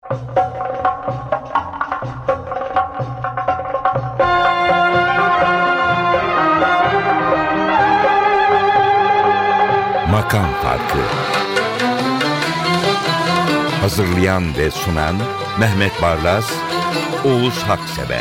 Makam Farkı. Hazırlayan ve sunan Mehmet Barlas, Oğuz Haksever.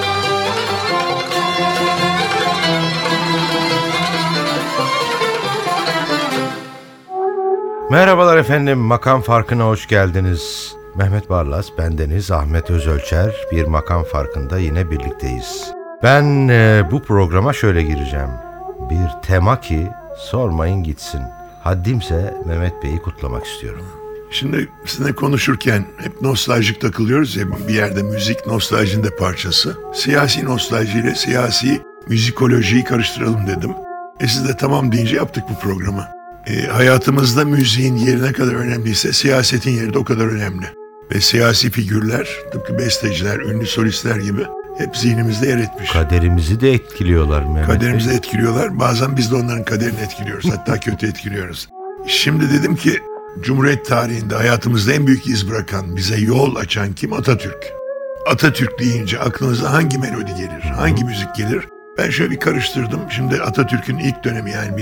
Merhabalar efendim, Makam Farkı'na hoş geldiniz. Mehmet Barlas, bendeniz Ahmet Özölçer. Bir Makam Farkı'nda yine birlikteyiz. Ben bu programa şöyle gireceğim. Bir tema ki sormayın gitsin. Haddimse Mehmet Bey'i kutlamak istiyorum. Şimdi sizinle konuşurken hep nostaljik takılıyoruz ya, bir yerde müzik nostaljinin de parçası. Siyasi nostaljiyle siyasi müzikolojiyi karıştıralım dedim. Siz de tamam deyince yaptık bu programı. Hayatımızda müziğin yeri ne kadar önemliyse siyasetin yeri de o kadar önemli. Ve siyasi figürler, tıpkı besteciler, ünlü solistler gibi hep zihnimizde yer etmiş. Kaderimizi de etkiliyorlar Mehmet Bey. Kaderimizi etkiliyorlar. Bazen biz de onların kaderini etkiliyoruz. Hatta kötü etkiliyoruz. Şimdi dedim ki Cumhuriyet tarihinde hayatımızda en büyük iz bırakan, bize yol açan kim? Atatürk. Atatürk deyince aklınıza hangi melodi gelir? Hangi müzik gelir? Ben şöyle bir karıştırdım. Şimdi Atatürk'ün ilk dönemi, yani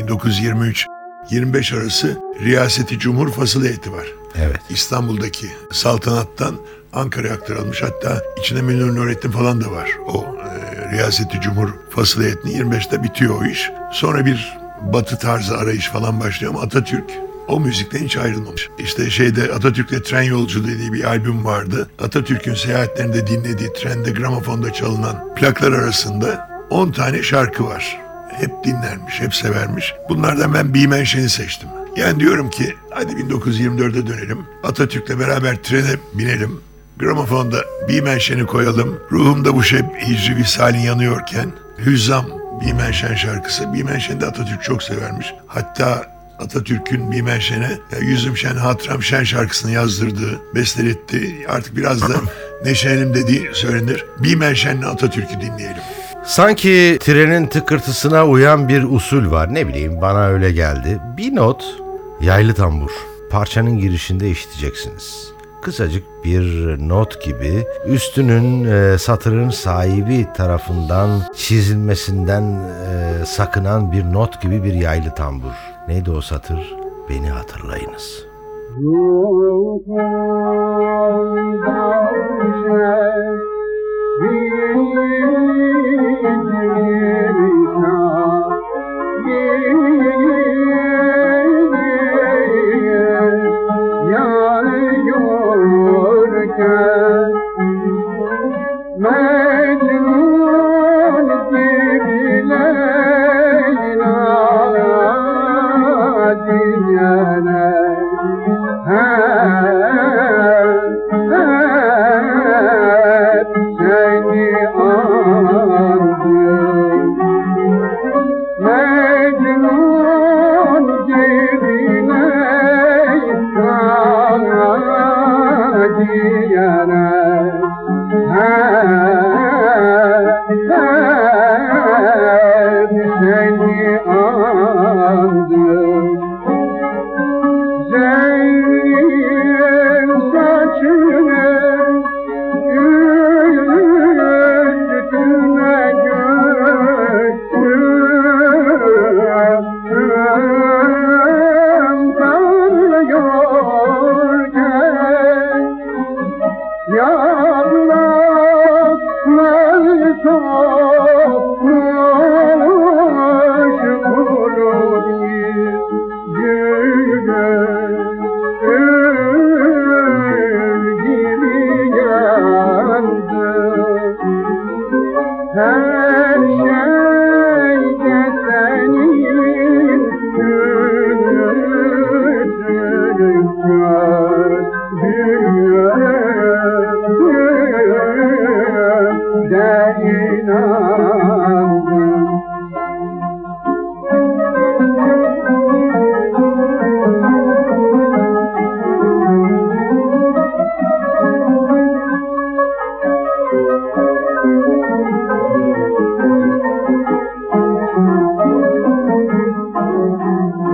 1923-25 arası Riyaseti Cumhur Fasıl Heyeti var. Evet. İstanbul'daki saltanattan Ankara'ya aktarılmış. Hatta içinde Münir Nurettin falan da var. O Riyaseti Cumhur Fasıl Heyeti'nin 25'te bitiyor o iş. Sonra bir batı tarzı arayış falan başlıyor ama Atatürk o müzikten hiç ayrılmamış. İşte Atatürk'le Tren Yolcu dediği bir albüm vardı. Atatürk'ün seyahatlerinde dinlediği, trende, gramofonda çalınan plaklar arasında 10 tane şarkı var. Hep dinlermiş, hep severmiş. Bunlardan ben Bimenşen'i seçtim. Yani diyorum ki hadi 1924'e dönelim. Atatürk'le beraber trene binelim. Gramofonda Bimenşen'i koyalım. Ruhumda bu hicri visalin yanıyorken Hüzzam Bimenşen şarkısı. Bimenşen'i de Atatürk çok severmiş. Hatta Atatürk'ün Bimenşen'e Yüzüm Şen Hatıram Şen şarkısını yazdırdığı, besteletti. Artık biraz da neşelenim dediği söylenir. Bimenşen'le Atatürk'ü dinleyelim. Sanki trenin tıkırtısına uyan bir usul var. Ne bileyim, bana öyle geldi. Bir not, yaylı tambur. Parçanın girişinde işiteceksiniz. Kısacık bir not gibi, üstünün satırın sahibi tarafından çizilmesinden sakınan bir not gibi bir yaylı tambur. Neydi o satır? Beni hatırlayınız.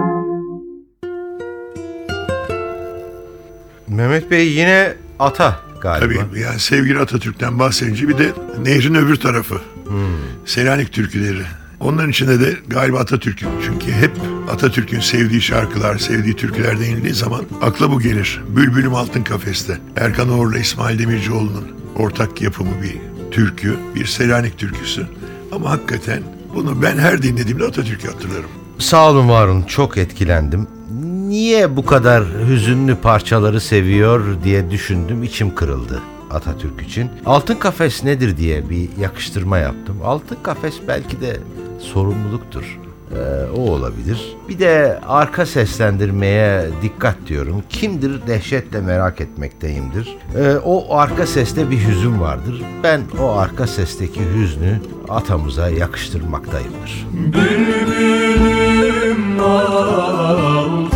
Mehmet Bey yine ata galiba. Tabii yani sevgili Atatürk'ten bahsedince bir de nehrin öbür tarafı. Selanik türküleri. Onların içinde de galiba Atatürk. Çünkü hep Atatürk'ün sevdiği şarkılar, sevdiği türküler denildiği zaman akla bu gelir. Bülbülüm Altın Kafeste. Erkan Oğur'la İsmail Demircioğlu'nun ortak yapımı bir türkü. Bir Selanik türküsü. Ama hakikaten bunu ben her dinlediğimde Atatürk'ü hatırlarım. Sağ olun, var olun, çok etkilendim. Niye bu kadar hüzünlü parçaları seviyor diye düşündüm, içim kırıldı Atatürk için. Altın Kafes nedir diye bir yakıştırma yaptım. Altın Kafes belki de sorumluluktur. O olabilir. Bir de arka seslendirmeye dikkat diyorum. Kimdir dehşetle merak etmekteyimdir. O arka seste bir hüzün vardır. Ben o arka sesteki hüznü atamıza yakıştırmaktayımdır. Bülbülüm altın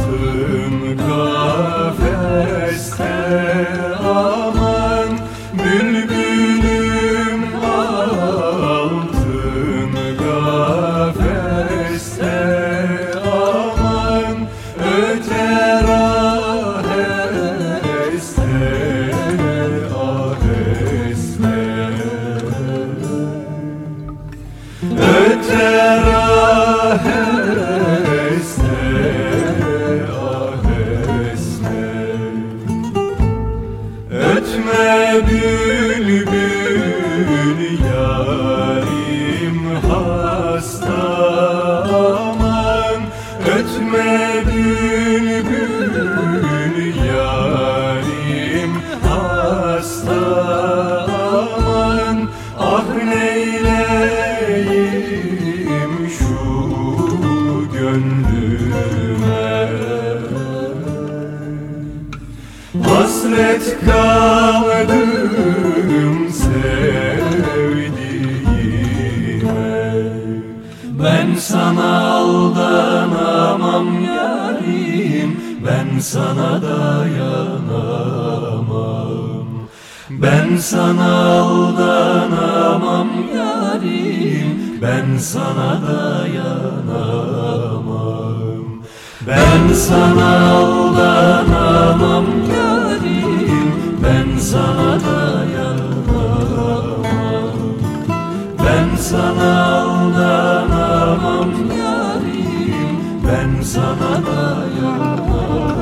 kafeste, aman bülbülüm altın kafeste, aman öter aheste, aheste, öter aheste, aheste. Ötme bülbül yarim hasta, aman ötme bülbül yarim hasta, aman ah neyleyim şu gönlüme. Hasret kaldım sevdiğime. Ben sana aldanamam yarim, ben sana dayanamam. Ben sana aldanamam yarim, ben sana dayanamam. Ben sana aldanamam yarim, ben sana dayanamam. Ben sana aldanamam yarim, ben sana dayanamam.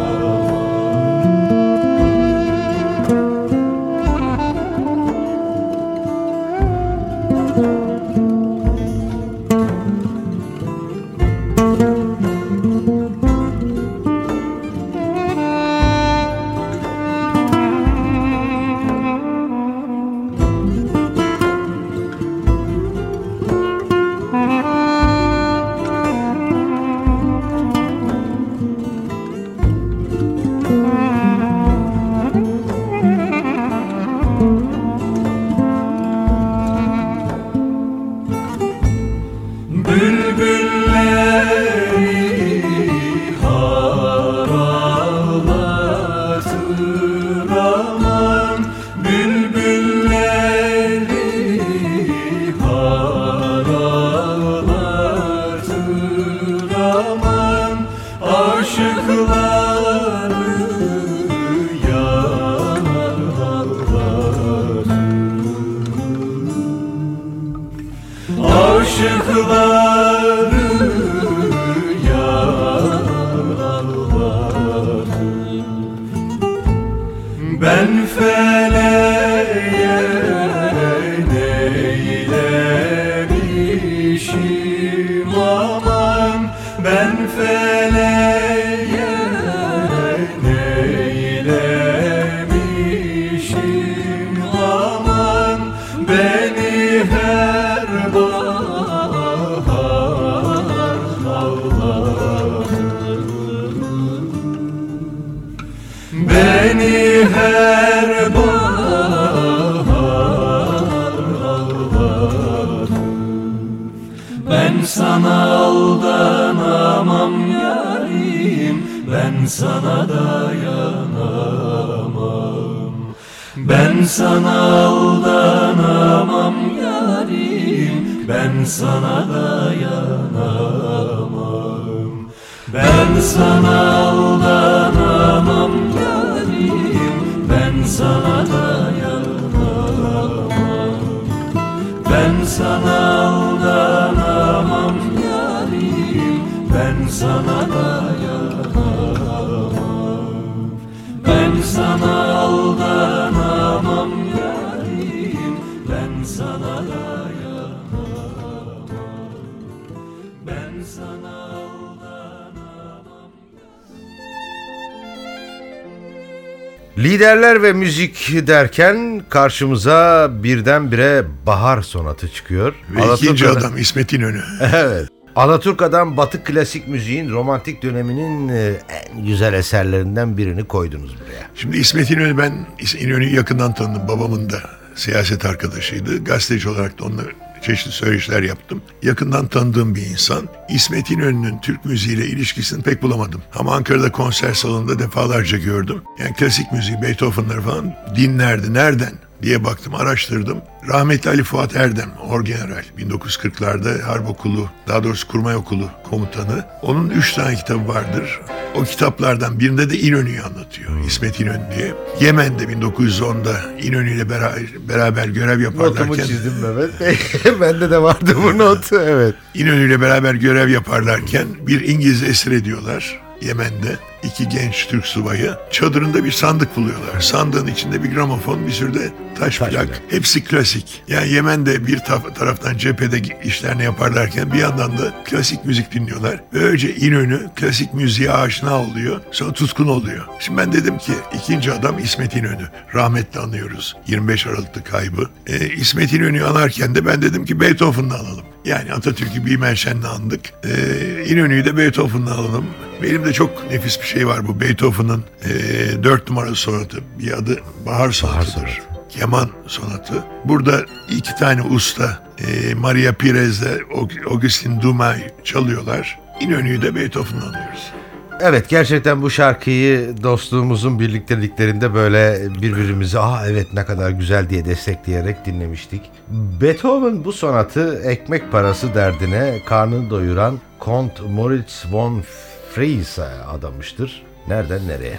Bülbülleri har ağlatır, aman bülbülleri har ağlatır, aman aşıkları yar ağlatır. Aşıkları yar ağlatır. Ben feleğe neylemişim, aman ben feleğe neylemişim, aman beni her bahar ağlatır. Beni her bahar ağlatır. Ben sana aldanamam yarim, ben sana dayanamam. Ben sana aldanamam yarim, ben sana dayanamam. Ben sana aldanamam yarim, ben sana dayanamam. Liderler ve müzik derken karşımıza birdenbire Bahar Sonatı çıkıyor. Ve ikinci adam İsmet İnönü. Evet. Alaturka'dan Batı klasik müziğin romantik döneminin en güzel eserlerinden birini koydunuz buraya. Şimdi İsmet İnönü, ben İnönü'yü yakından tanıdım. Babamın da siyaset arkadaşıydı. Gazeteci olarak da onunla çeşitli söyleşiler yaptım. Yakından tanıdığım bir insan. İsmet İnönü'nün Türk müziğiyle ilişkisini pek bulamadım. Ama Ankara'da konser salonunda defalarca gördüm. Yani klasik müziği, Beethoven'ları falan dinlerdi. Nereden diye baktım, araştırdım. Rahmetli Ali Fuat Erdem, Orgeneral, 1940'larda Harp Okulu, daha doğrusu Kurmay Okulu komutanı. Onun 3 tane kitabı vardır. O kitaplardan birinde de İnönü'yü anlatıyor. İsmet İnönü diye. Yemen'de 1910'da İnönü ile beraber görev yaparlarken... Notumu çizdim Mehmet Bey. Bende de vardı bu not. Evet. İnönü ile beraber görev yaparlarken bir İngiliz esir ediyorlar Yemen'de. 2 genç Türk subayı çadırında bir sandık buluyorlar. Sandığın içinde bir gramofon, bir sürü de taş plak. Hepsi klasik. Yani Yemen'de bir taraftan cephede işlerini yaparlarken bir yandan da klasik müzik dinliyorlar. Ve önce İnönü klasik müziğe aşina oluyor. Sonra tutkun oluyor. Şimdi ben dedim ki ikinci adam İsmet İnönü. Rahmetli anıyoruz. 25 Aralık'ta kaybı. İsmet İnönü'yü anarken de ben dedim ki Beethoven'la alalım. Yani Atatürk'ü Bilmenşen'le andık. İnönü'yü de Beethoven'la alalım. Benim de çok nefis bir şey var bu. Beethoven'ın 4 numaralı sonatı. Bir adı Bahar Sonatı'dır. Keman sonatı. Burada 2 tane usta Maria Pirez'le Augustin Dumay çalıyorlar. İnönü'yü de Beethoven'la anıyoruz. Evet, gerçekten bu şarkıyı dostluğumuzun birlikteliklerinde böyle birbirimizi evet ne kadar güzel diye destekleyerek dinlemiştik. Beethoven bu sonatı ekmek parası derdine karnını doyuran Kont Moritz von Fries'e adamıştır. Nereden nereye?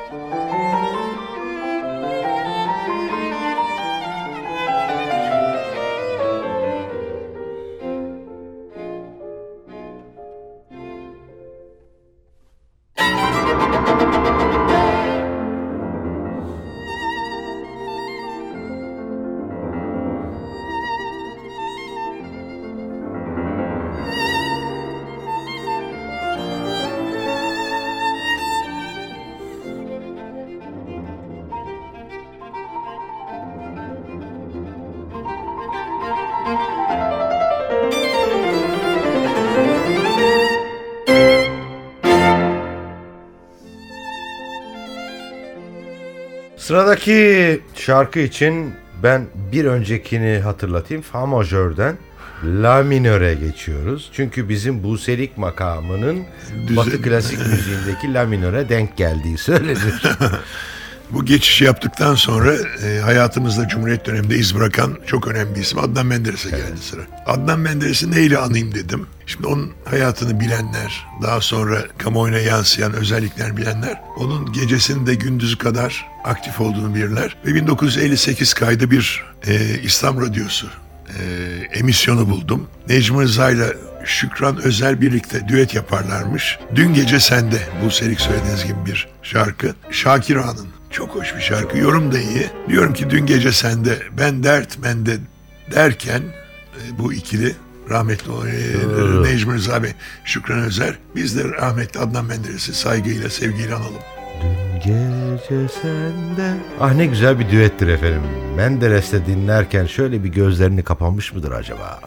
Sıradaki şarkı için ben bir öncekini hatırlatayım. Fa majörden La minöre geçiyoruz. Çünkü bizim Buselik makamının Batı klasik müziğindeki La minöre denk geldiği söylenir. Bu geçişi yaptıktan sonra hayatımızda Cumhuriyet döneminde iz bırakan çok önemli bir isim Adnan Menderes'e geldi sıra. Adnan Menderes'i neyle anayım dedim. Şimdi onun hayatını bilenler, daha sonra kamuoyuna yansıyan özellikler bilenler, onun gecesinin de gündüzü kadar aktif olduğunu bilirler. Ve 1958 kaydı bir İslam Radyosu emisyonu buldum. Necmi Rıza ile Şükran Özel birlikte düet yaparlarmış. Dün Gece Sende, bu Serik söylediğiniz gibi bir şarkı. Şakir Ağa'nın çok hoş bir şarkı, yorum da iyi. Diyorum ki dün gece sende, ben dert mende derken bu ikili rahmetli Necmi Rıza ve Şükran Özer, biz de rahmetli Adnan Menderes'i saygıyla, sevgiyle analım. Dün gece sende. Ah ne güzel bir düettir efendim. Menderes'le dinlerken şöyle bir gözlerini kapanmış mıdır acaba?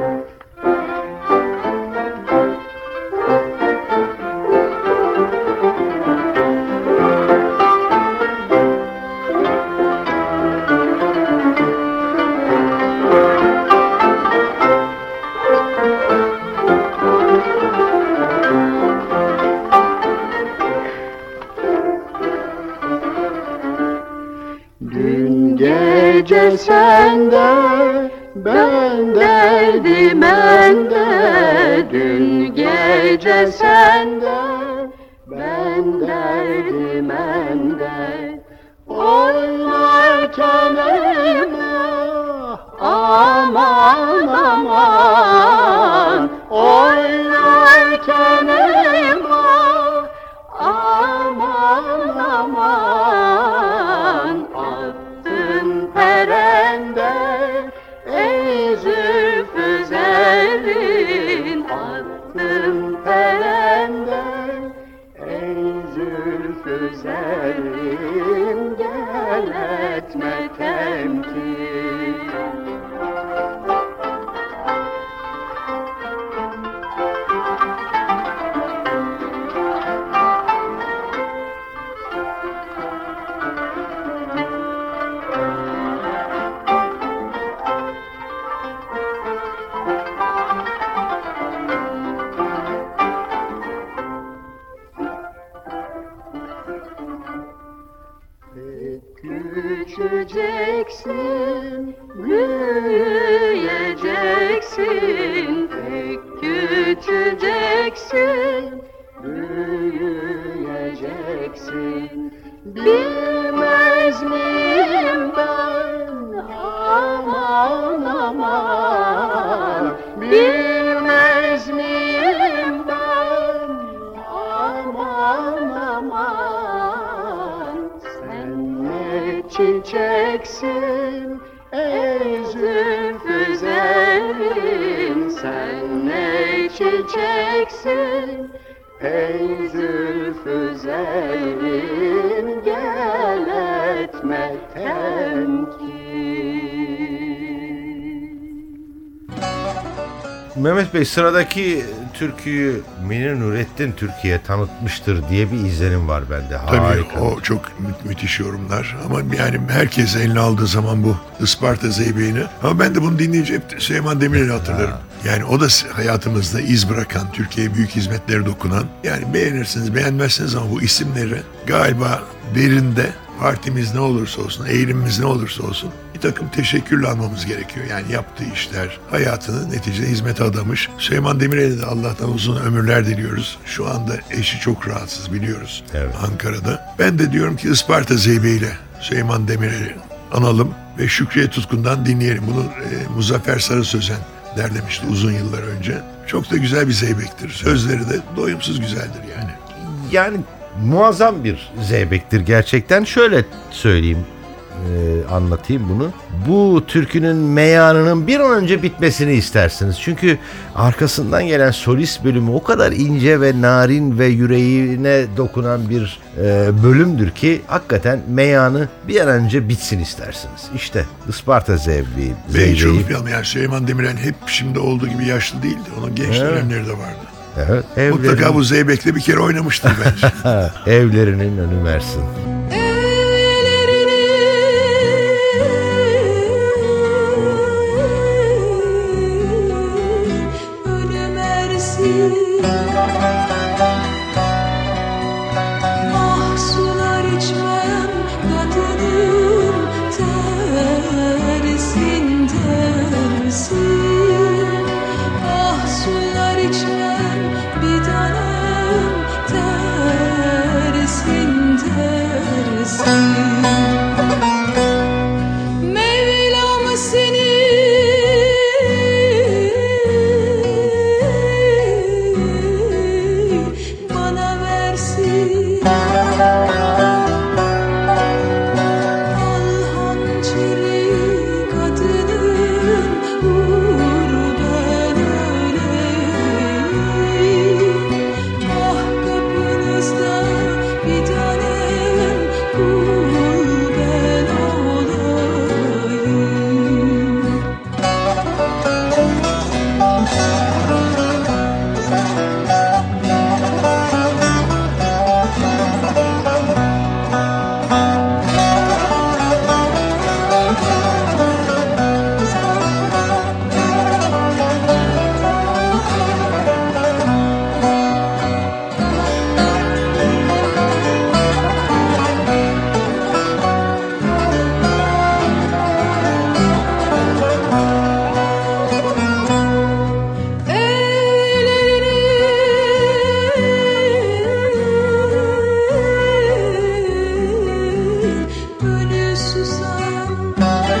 Gece sende, ben derdim ende. Dün gece sende, ben derdim ende. Oynarken eyvah, aman aman. Oynarken eyvah, aman aman. Perende ey zülfü zerrin, attın perende ey zülfü zerrin, gel etme temkin. Küçüceksin, büyüyeceksin. Pek küçüceksin, büyüyeceksin. Bilmez miyim ben, aman aman. Bilmez miyim ben, aman aman. Sen ne çiçeksin ey zülfü zerrin, sen ne çiçeksin ey zülfü zerrin, gel etme temkin. Mehmet Bey, sıradaki türküyü Münir Nurettin Türkiye'ye tanıtmıştır diye bir izlenim var bende. Harika. Tabii o çok müthiş yorumlar ama yani herkes eline aldığı zaman bu Isparta Zeybeğini, ama ben de bunu dinleyince hep Süleyman Demirel'i hatırlarım. Yani o da hayatımızda iz bırakan, Türkiye'ye büyük hizmetleri dokunan, yani beğenirsiniz beğenmezsiniz ama bu isimleri galiba derinde partimiz ne olursa olsun, eğilimimiz ne olursa olsun bir takım teşekkürle anmamız gerekiyor. Yani yaptığı işler, hayatını neticede hizmete adamış. Süleyman Demirel'e de Allah'tan uzun ömürler diliyoruz. Şu anda eşi çok rahatsız biliyoruz, Evet. Ankara'da. Ben de diyorum ki Isparta Zeybe'yle Süleyman Demirel'i analım ve Şükriye Tutkun'dan dinleyelim. Bunu Muzaffer Sarı Sözen derlemişti uzun yıllar önce. Çok da güzel bir zeybektir. Sözleri de doyumsuz güzeldir yani. Yani muazzam bir zeybektir gerçekten. Şöyle söyleyeyim, anlatayım bunu. Bu türkünün meyanının bir an önce bitmesini istersiniz. Çünkü arkasından gelen solist bölümü o kadar ince ve narin ve yüreğine dokunan bir bölümdür ki hakikaten meyanı bir an önce bitsin istersiniz. İşte Isparta Zeybeği. Ve unutmayalım yani Süleyman Demirel hep şimdi olduğu gibi yaşlı değildi. Onun genç dönemleri de vardı. Evet, Mutlaka bu zeybekle bir kere oynamıştır bence. evlerinin önü versin. Ah sular içmem kadınım tersin tersin. Ah sular içmem bir tanem tersin tersin. Mevlam seni bana versin. Al hançeri kadının vur ben öleyim. Ah kapınızda bir tanem kul ben olayım. Önü susam,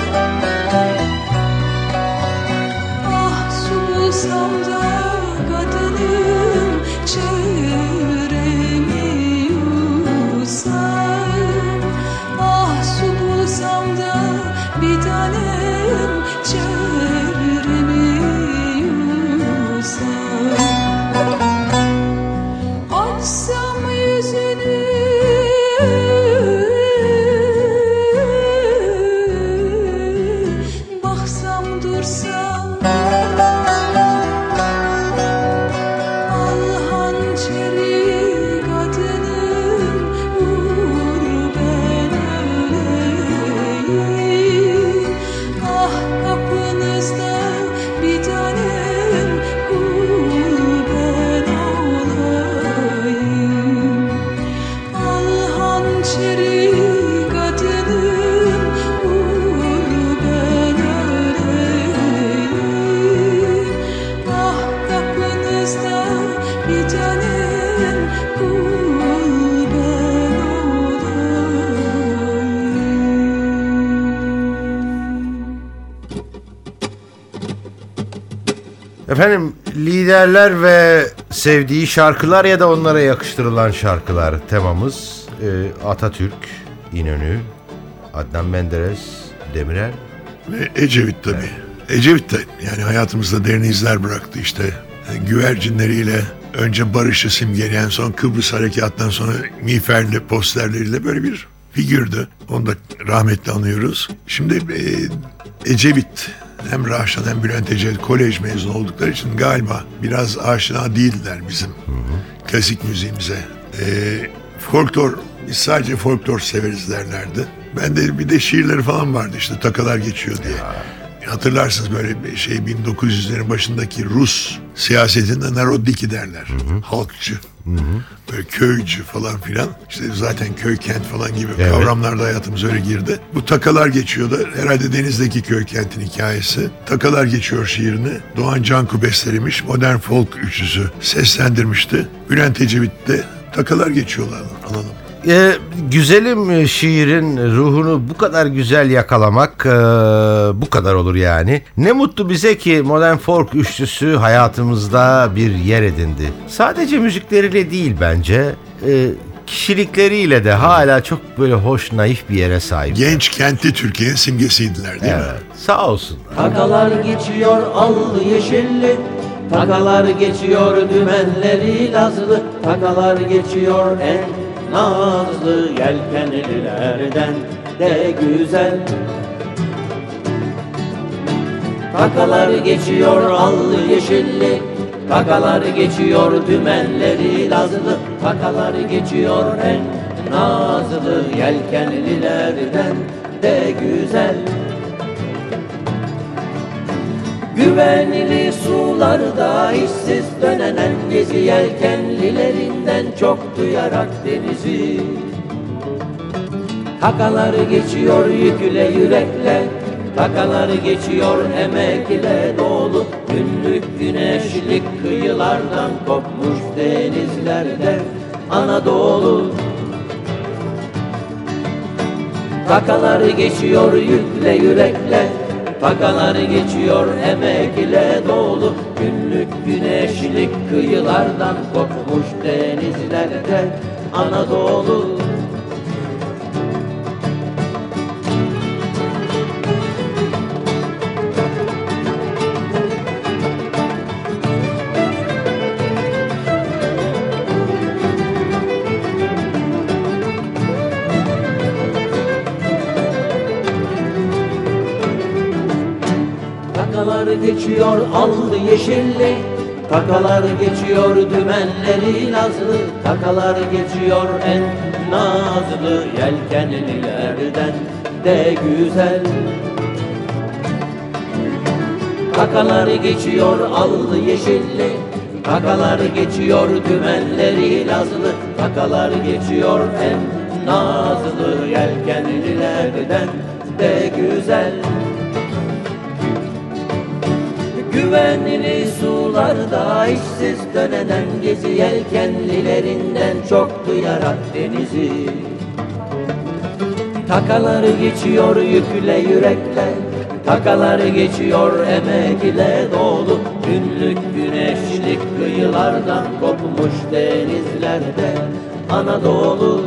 ah susam da kadınım çevremi yusam. Ah susam da bir tanem çevremi yusam. Açsam yüzünü baksam dursam. Al hançeri kadınım vur ben öleyim. Ah kapınızda bir tanem kul ben olayım. Al hançeri kadınım vur ben öleyim. Ah kapınızda bir tanem kul ben olayım. Efendim, liderler ve sevdiği şarkılar ya da onlara yakıştırılan şarkılar temamız Atatürk, İnönü, Adnan Menderes, Demirel. Ve Ecevit tabii. Ecevit de yani hayatımızda derin izler bıraktı işte. Güvercinleriyle önce barışı simgeleyen, son Kıbrıs Harekatı'ndan sonra miğferli posterleriyle böyle bir figürdü. Onu da rahmetle anıyoruz. Şimdi Ecevit hem Rahşan hem Bülent Ecevit kolej mezunu oldukları için galiba biraz aşina değildiler bizim klasik müziğimize. Folklor, biz sadece folklor severiz derlerdi. Ben de bir de şiirleri falan vardı işte, Takalar Geçiyor diye. Hatırlarsınız böyle bir şey 1900'lerin başındaki Rus siyasetinde narodniki derler. Halkçı. Böyle köycü falan filan. İşte zaten köy kent falan gibi kavramlar da hayatımıza öyle girdi. Bu Takalar geçiyordu. Herhalde denizdeki köy kentin hikayesi. Takalar geçiyor şiirini Doğan Canku bestelemiş. Modern folk üçlüsü seslendirmişti. Bülent Ecevit de Takalar geçiyorlar alalım. Güzelim şiirin ruhunu bu kadar güzel yakalamak bu kadar olur yani. Ne mutlu bize ki modern folk üçlüsü hayatımızda bir yer edindi. Sadece müzikleriyle değil bence, kişilikleriyle de hala çok böyle hoş, naif bir yere sahip. Genç kentli Türkiye'nin simgesiydiler değil mi? Sağ olsun. Takalar geçiyor allı yeşilli, takalar geçiyor dümenleri lazlı, takalar geçiyor en nazlı yelkenlilerden de güzel. Takalar geçiyor allı yeşilli, takalar geçiyor dümenleri lazlı, takalar geçiyor en nazlı yelkenlilerden de güzel. Güvenli sularda işsiz dönenen gezi yelkenlilerinden çok duyarak denizi. Takalar geçiyor yükle yürekle, takalar geçiyor emek ile dolu. Günlük güneşlik kıyılardan kopmuş denizlerde Anadolu. Takalar geçiyor yükle yürekle, takalar geçiyor emek ile dolu. Günlük güneşlik kıyılardan kopmuş denizlerde Anadolu. Takalar geçiyor allı yeşilli, takalar geçiyor dümenleri nazlı, takalar geçiyor en nazlı yelkenlilerden de güzel. Takalar geçiyor allı yeşilli, takalar geçiyor dümenleri nazlı, takalar geçiyor en nazlı yelkenlilerden de güzel. Güvenli sularda işsiz dönenen gezi yelkenlilerinden çok duyarak denizi. Takalar geçiyor yükle yürekle, takalar geçiyor emek ile dolu. Günlük güneşlik kıyılardan kopmuş denizlerde Anadolu.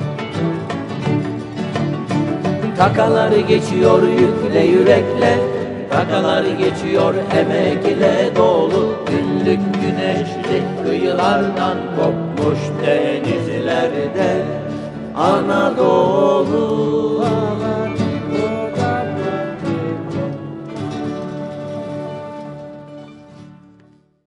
Takalar geçiyor yükle yürekle, takalar geçiyor emek ile dolu. Günlük güneşlik kıyılardan kopmuş denizlerde Anadolu.